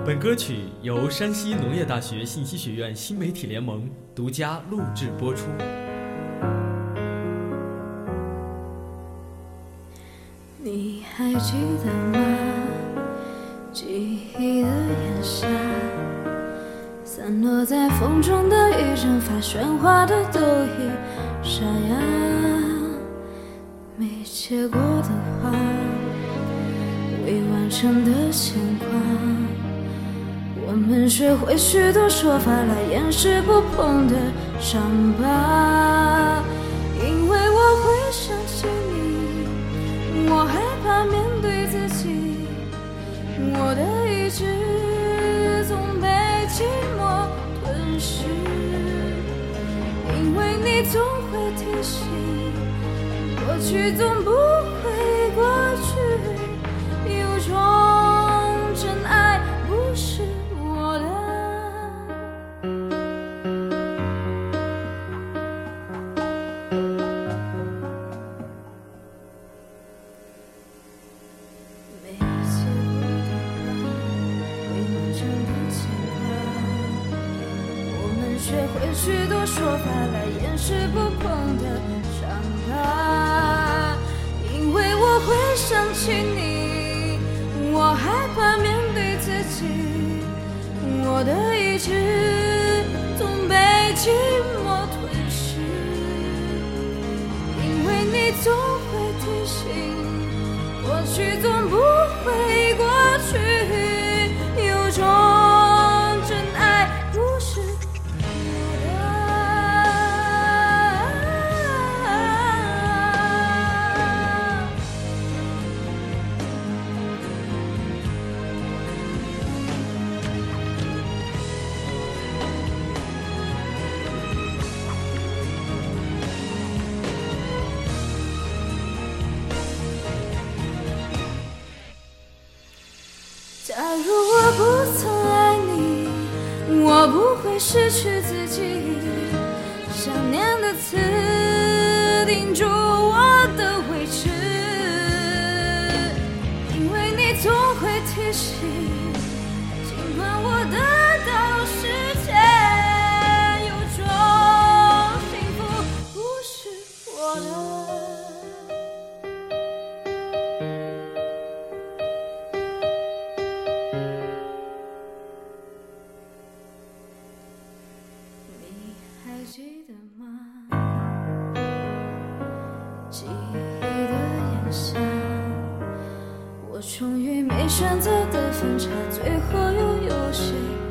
本歌曲由山西农业大学信息学院新媒体联盟独家录制播出。 你还记得吗？记忆的炎夏，散落在风中的一整发，喧哗的都已沙哑。没结果的花，未完成的牵挂，我们学会许多说法来掩饰不碰的伤疤。因为我会想起你，我害怕面对自己，我的意志总被寂寞吞噬。因为你总会提醒，过去总不会过去，有种真爱不是我的。没结果的花，未完成的牵挂，我们学会许多说法来掩饰不碰的伤疤。因为我会想起你，我害怕面对自己，我的意志总被寂寞吞噬。因为你总会提醒，过去总不会过去，有种真爱不是我的。假如我不曾爱你，我不会失去自己，想念的刺钉住我的位置。因为你总会提醒，尽管我得到世界，有种幸福不是我的。你还记得吗？记忆的炎夏，我终于没选择的分岔，最后又有谁